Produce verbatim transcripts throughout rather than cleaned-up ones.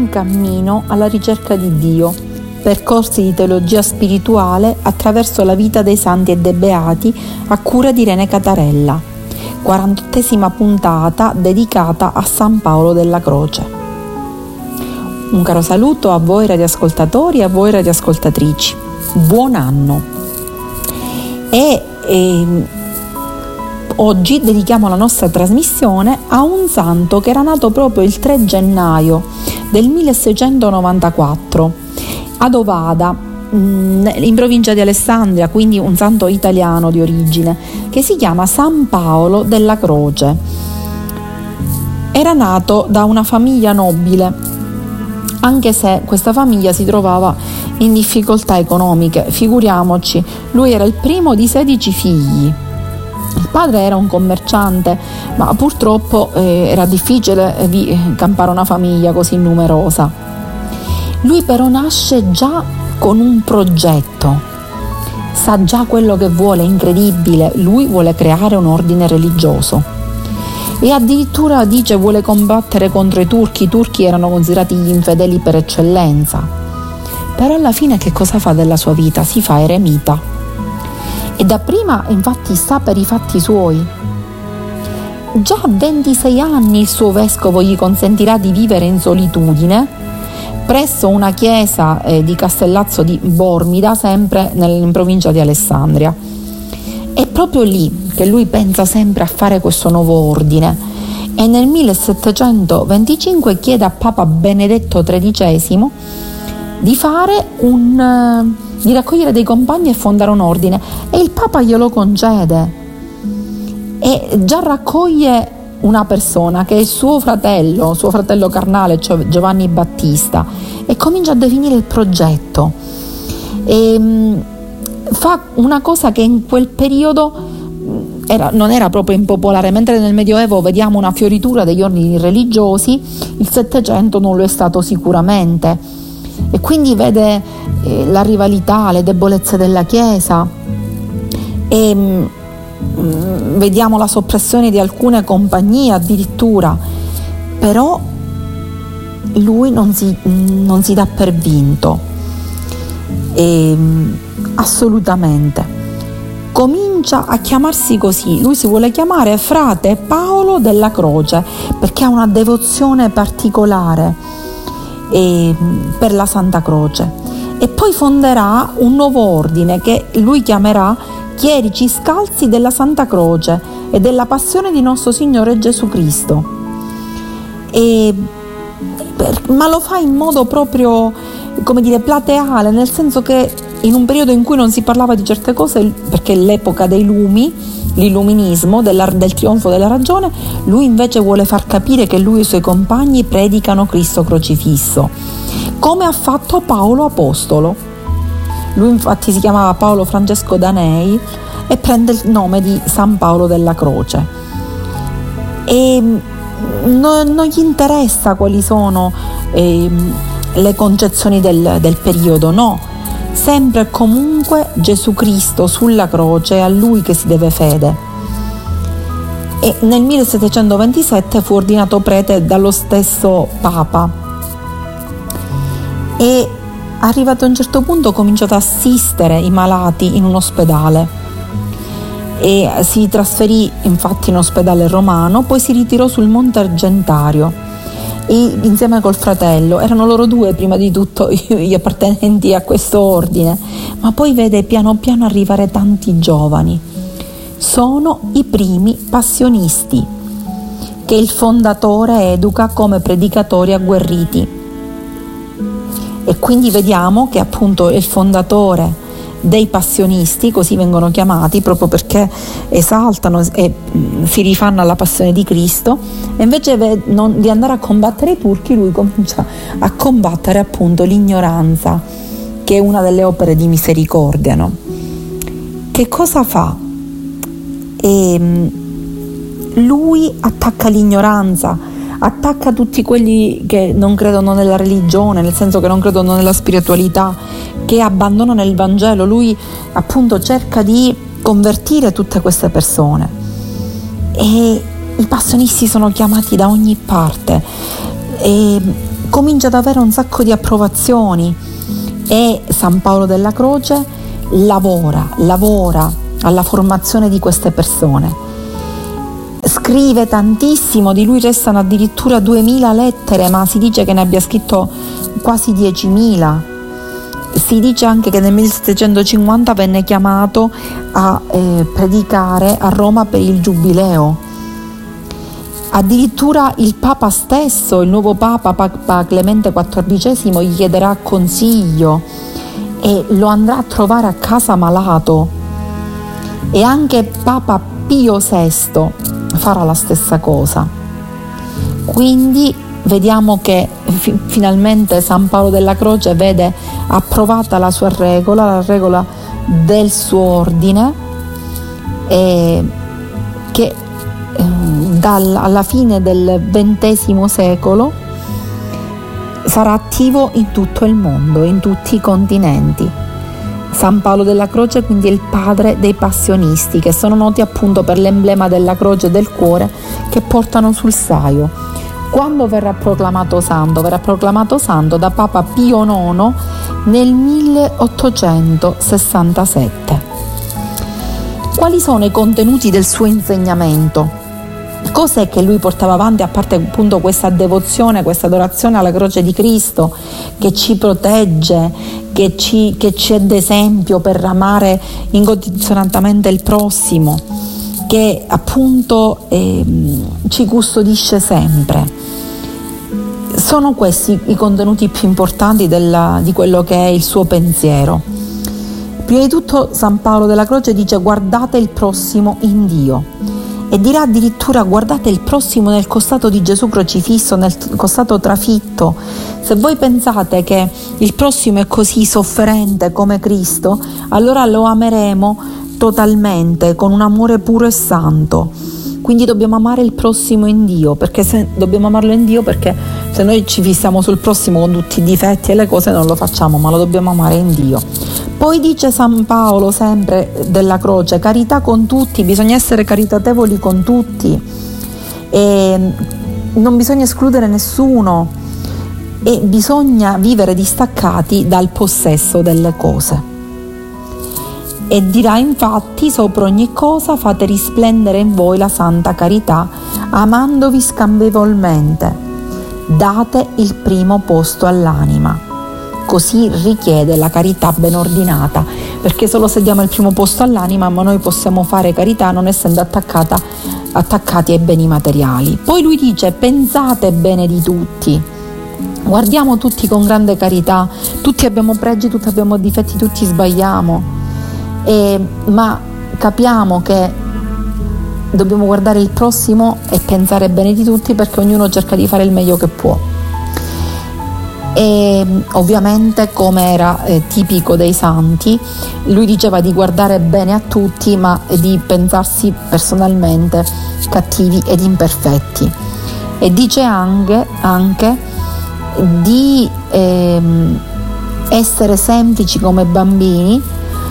cammino alla ricerca di Dio, percorsi di teologia spirituale attraverso la vita dei santi e dei beati a cura di Irene Catarella, quarantottesima puntata dedicata a San Paolo della Croce. Un caro saluto a voi radioascoltatori e a voi radioascoltatrici. Buon anno! E, e oggi dedichiamo la nostra trasmissione a un santo che era nato proprio il tre gennaio del milleseicentonovantaquattro ad Ovada, in provincia di Alessandria, quindi un santo italiano di origine, che si chiama San Paolo della Croce. Era nato da una famiglia nobile, anche se questa famiglia si trovava in difficoltà economiche. Figuriamoci, lui era il primo di sedici figli. Il padre era un commerciante, ma purtroppo eh, era difficile eh, campare una famiglia così numerosa. Lui però nasce già con un progetto, sa già quello che vuole, incredibile. Lui vuole creare un ordine religioso e addirittura dice vuole combattere contro i turchi. I turchi erano considerati gli infedeli per eccellenza, però alla fine che cosa fa della sua vita? Si fa eremita. E dapprima infatti sta per i fatti suoi. Già a ventisei anni il suo vescovo gli consentirà di vivere in solitudine presso una chiesa eh, di Castellazzo di Bormida, sempre nel, in provincia di Alessandria. È proprio lì che lui pensa sempre a fare questo nuovo ordine e nel millesettecentoventicinque chiede a Papa Benedetto tredicesimo di fare un... di raccogliere dei compagni e fondare un ordine, e il Papa glielo concede e già raccoglie una persona che è il suo fratello, suo fratello carnale, cioè Giovanni Battista, e comincia a definire il progetto e mh, fa una cosa che in quel periodo era, non era proprio impopolare. Mentre nel Medioevo vediamo una fioritura degli ordini religiosi, il Settecento non lo è stato sicuramente. E quindi vede eh, la rivalità, le debolezze della Chiesa e mh, vediamo la soppressione di alcune compagnie addirittura, però lui non si, mh, non si dà per vinto e, mh, assolutamente. Comincia a chiamarsi così, lui si vuole chiamare frate Paolo della Croce perché ha una devozione particolare E, per la Santa Croce, e poi fonderà un nuovo ordine che lui chiamerà Chierici Scalzi della Santa Croce e della Passione di nostro Signore Gesù Cristo, e, per, ma lo fa in modo proprio, come dire, plateale, nel senso che in un periodo in cui non si parlava di certe cose, perché l'epoca dei lumi, l'illuminismo, della, del trionfo della ragione, lui invece vuole far capire che lui e i suoi compagni predicano Cristo crocifisso, come ha fatto Paolo Apostolo. Lui infatti si chiamava Paolo Francesco Danei e prende il nome di San Paolo della Croce. E non, non gli interessa quali sono eh, le concezioni del, del periodo, no. Sempre e comunque Gesù Cristo sulla croce, è a lui che si deve fede. E nel millesettecentoventisette fu ordinato prete dallo stesso Papa e arrivato a un certo punto ha cominciato ad assistere i malati in un ospedale e si trasferì infatti in ospedale romano, poi si ritirò sul Monte Argentario e insieme col fratello. Erano loro due prima di tutto gli appartenenti a questo ordine, ma poi vede piano piano arrivare tanti giovani. Sono i primi passionisti che il fondatore educa come predicatori agguerriti, e quindi vediamo che appunto è il fondatore dei passionisti, così vengono chiamati proprio perché esaltano e si rifanno alla passione di Cristo, e invece di andare a combattere i turchi lui comincia a combattere appunto l'ignoranza, che è una delle opere di misericordia, no? Che cosa fa? E lui attacca l'ignoranza, attacca tutti quelli che non credono nella religione, nel senso che non credono nella spiritualità, che abbandonano il Vangelo. Lui appunto cerca di convertire tutte queste persone, e i passionisti sono chiamati da ogni parte, e comincia ad avere un sacco di approvazioni e San Paolo della Croce lavora, lavora alla formazione di queste persone. Scrive tantissimo, di lui restano addirittura duemila lettere, ma si dice che ne abbia scritto quasi diecimila. Si dice anche che nel millesettecentocinquanta venne chiamato a eh, predicare a Roma per il Giubileo. Addirittura il Papa stesso, il nuovo Papa, Papa Clemente quattordicesimo, gli chiederà consiglio e lo andrà a trovare a casa malato. E anche Papa Pio sesto farà la stessa cosa. Quindi vediamo che fi- finalmente San Paolo della Croce vede approvata la sua regola, la regola del suo ordine, e che eh, dal, alla fine del ventesimo secolo sarà attivo in tutto il mondo, in tutti i continenti. San Paolo della Croce quindi è il padre dei passionisti, che sono noti appunto per l'emblema della croce e del cuore che portano sul saio. Quando verrà proclamato santo? Verrà proclamato santo da Papa Pio nono nel milleottocentosessantasette. Quali sono i contenuti del suo insegnamento? Cos'è che lui portava avanti, a parte appunto questa devozione, questa adorazione alla croce di Cristo che ci protegge, che ci, che ci è d'esempio per amare incondizionatamente il prossimo, che appunto eh, ci custodisce sempre? Sono questi i contenuti più importanti della, di quello che è il suo pensiero. Prima di tutto San Paolo della Croce dice: guardate il prossimo in Dio. E dirà addirittura: guardate il prossimo nel costato di Gesù crocifisso, nel costato trafitto. Se voi pensate che il prossimo è così sofferente come Cristo, allora lo ameremo totalmente, con un amore puro e santo. Quindi dobbiamo amare il prossimo in Dio, perché se dobbiamo amarlo in Dio, perché se noi ci fissiamo sul prossimo con tutti i difetti e le cose non lo facciamo, ma lo dobbiamo amare in Dio. Poi dice San Paolo sempre della Croce: carità con tutti, bisogna essere caritatevoli con tutti e non bisogna escludere nessuno e bisogna vivere distaccati dal possesso delle cose. E dirà infatti: sopra ogni cosa fate risplendere in voi la santa carità, amandovi scambievolmente, date il primo posto all'anima. Così richiede la carità ben ordinata, perché solo se diamo il primo posto all'anima, ma noi possiamo fare carità non essendo attaccata, attaccati ai beni materiali. Poi lui dice: pensate bene di tutti, guardiamo tutti con grande carità, tutti abbiamo pregi, tutti abbiamo difetti, tutti sbagliamo, e, ma capiamo che dobbiamo guardare il prossimo e pensare bene di tutti, perché ognuno cerca di fare il meglio che può. E ovviamente, come era eh, tipico dei santi, lui diceva di guardare bene a tutti, ma di pensarsi personalmente cattivi ed imperfetti. E dice anche, anche di ehm, essere semplici come bambini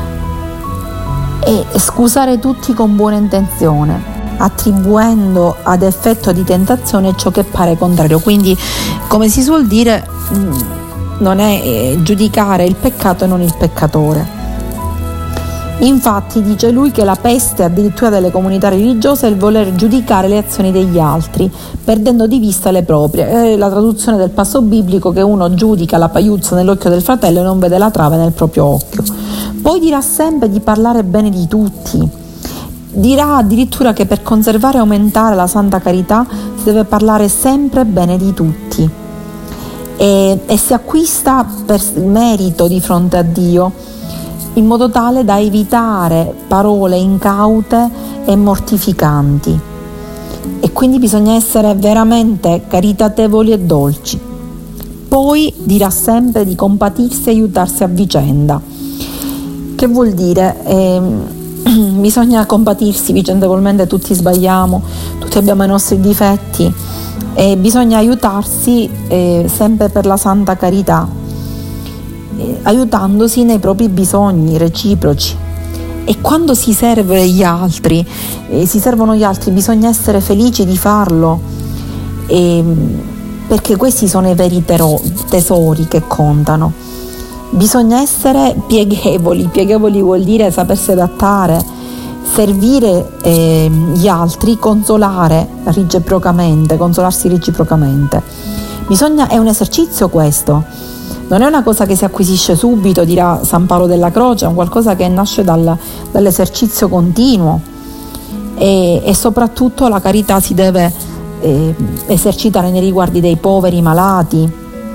e scusare tutti con buona intenzione, attribuendo ad effetto di tentazione ciò che pare contrario. Quindi, come si suol dire, non è giudicare il peccato e non il peccatore. Infatti dice lui che la peste addirittura delle comunità religiose è il voler giudicare le azioni degli altri, perdendo di vista le proprie. È la traduzione del passo biblico che uno giudica la pagliuzza nell'occhio del fratello e non vede la trave nel proprio occhio. Poi dirà sempre di parlare bene di tutti. Dirà addirittura che per conservare e aumentare la santa carità si deve parlare sempre bene di tutti e, e si acquista per merito di fronte a Dio, in modo tale da evitare parole incaute e mortificanti. E quindi bisogna essere veramente caritatevoli e dolci. Poi dirà sempre di compatirsi e aiutarsi a vicenda. Che vuol dire? Eh, bisogna compatirsi vicendevolmente, tutti sbagliamo, tutti abbiamo i nostri difetti e bisogna aiutarsi eh, sempre per la santa carità, eh, aiutandosi nei propri bisogni reciproci. E quando si serve gli altri, eh, si servono gli altri, bisogna essere felici di farlo e, perché questi sono i veri tero- tesori che contano. Bisogna essere pieghevoli, pieghevoli vuol dire sapersi adattare, servire eh, gli altri, consolare reciprocamente, consolarsi reciprocamente. Bisogna, è un esercizio questo, non è una cosa che si acquisisce subito, dirà San Paolo della Croce, è un qualcosa che nasce dal, dall'esercizio continuo e, e soprattutto la carità si deve eh, esercitare nei riguardi dei poveri, malati,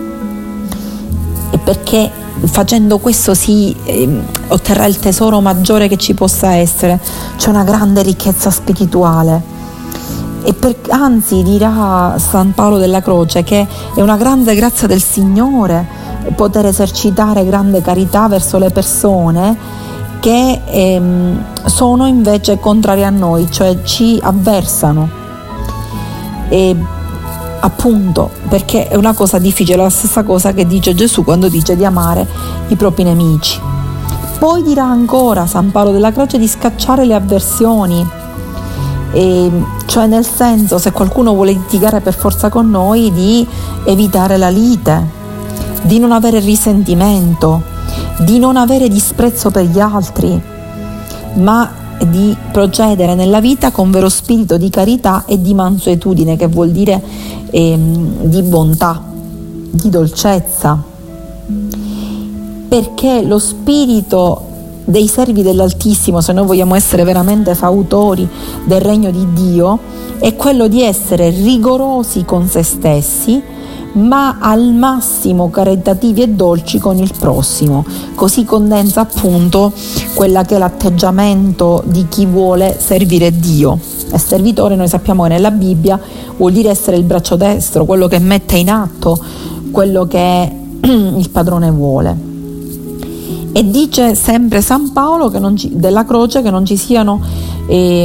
e perché facendo questo si eh, otterrà il tesoro maggiore che ci possa essere, c'è una grande ricchezza spirituale. E per, anzi dirà San Paolo della Croce che è una grande grazia del Signore poter esercitare grande carità verso le persone che ehm, sono invece contrarie a noi, cioè ci avversano, e appunto perché è una cosa difficile, la stessa cosa che dice Gesù quando dice di amare i propri nemici. Poi dirà ancora San Paolo della Croce di scacciare le avversioni, e cioè nel senso, se qualcuno vuole litigare per forza con noi, di evitare la lite, di non avere risentimento, di non avere disprezzo per gli altri, ma di procedere nella vita con vero spirito di carità e di mansuetudine, che vuol dire ehm, di bontà, di dolcezza, perché lo spirito dei servi dell'Altissimo, se noi vogliamo essere veramente fautori del regno di Dio, è quello di essere rigorosi con se stessi, ma al massimo caritativi e dolci con il prossimo. Così condensa appunto quella che è l'atteggiamento di chi vuole servire Dio. E servitore, noi sappiamo che nella Bibbia vuol dire essere il braccio destro, quello che mette in atto quello che il padrone vuole. E dice sempre San Paolo che non ci, della Croce che non ci siano eh,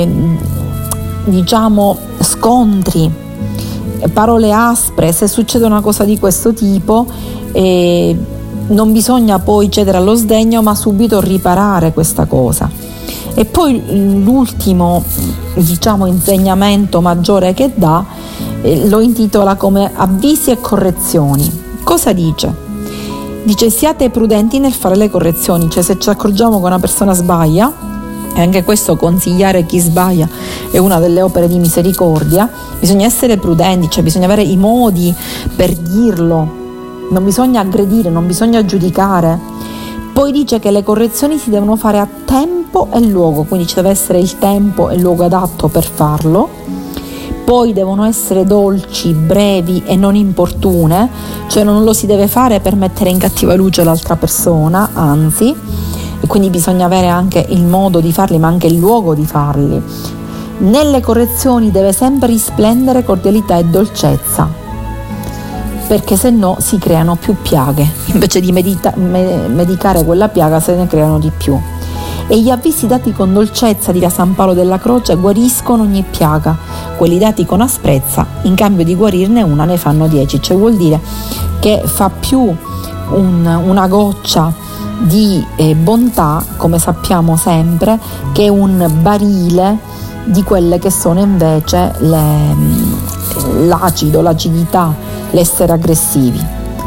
diciamo scontri, parole aspre. Se succede una cosa di questo tipo eh, non bisogna poi cedere allo sdegno, ma subito riparare questa cosa. E poi l'ultimo diciamo insegnamento maggiore che dà eh, lo intitola come avvisi e correzioni. Cosa dice? Dice: siate prudenti nel fare le correzioni, cioè se ci accorgiamo che una persona sbaglia, e anche questo consigliare chi sbaglia è una delle opere di misericordia, bisogna essere prudenti, cioè bisogna avere i modi per dirlo, non bisogna aggredire, non bisogna giudicare. Poi dice che le correzioni si devono fare a tempo e luogo, quindi ci deve essere il tempo e il luogo adatto per farlo. Poi devono essere dolci, brevi e non importune, cioè non lo si deve fare per mettere in cattiva luce l'altra persona, anzi, e quindi bisogna avere anche il modo di farli, ma anche il luogo di farli. Nelle correzioni deve sempre risplendere cordialità e dolcezza, perché se no si creano più piaghe, invece di medita- me- medicare quella piaga se ne creano di più. E gli avvisi dati con dolcezza, dirà San Paolo della Croce, guariscono ogni piaga. Quelli dati con asprezza, in cambio di guarirne una, ne fanno dieci. Cioè vuol dire che fa più un, una goccia di eh, bontà, come sappiamo sempre, che un barile di quelle che sono invece le, l'acido, l'acidità, l'essere aggressivi.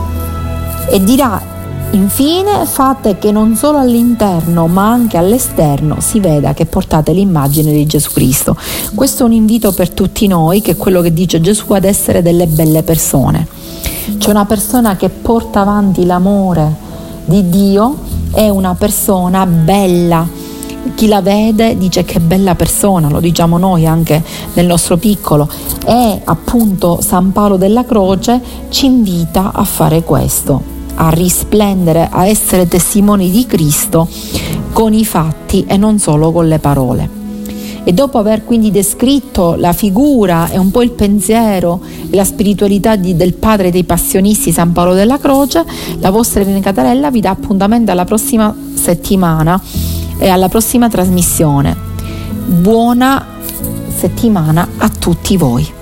E dirà infine: fate che non solo all'interno ma anche all'esterno si veda che portate l'immagine di Gesù Cristo. Questo è un invito per tutti noi, che è quello che dice Gesù, ad essere delle belle persone. Cioè una persona che porta avanti l'amore di Dio è una persona bella. Chi la vede dice che bella persona, lo diciamo noi anche nel nostro piccolo, e appunto San Paolo della Croce ci invita a fare questo, a risplendere, a essere testimoni di Cristo con i fatti e non solo con le parole. E dopo aver quindi descritto la figura e un po' il pensiero e la spiritualità di, del padre dei passionisti San Paolo della Croce, la vostra Irene Catarella vi dà appuntamento alla prossima settimana e alla prossima trasmissione. Buona settimana a tutti voi.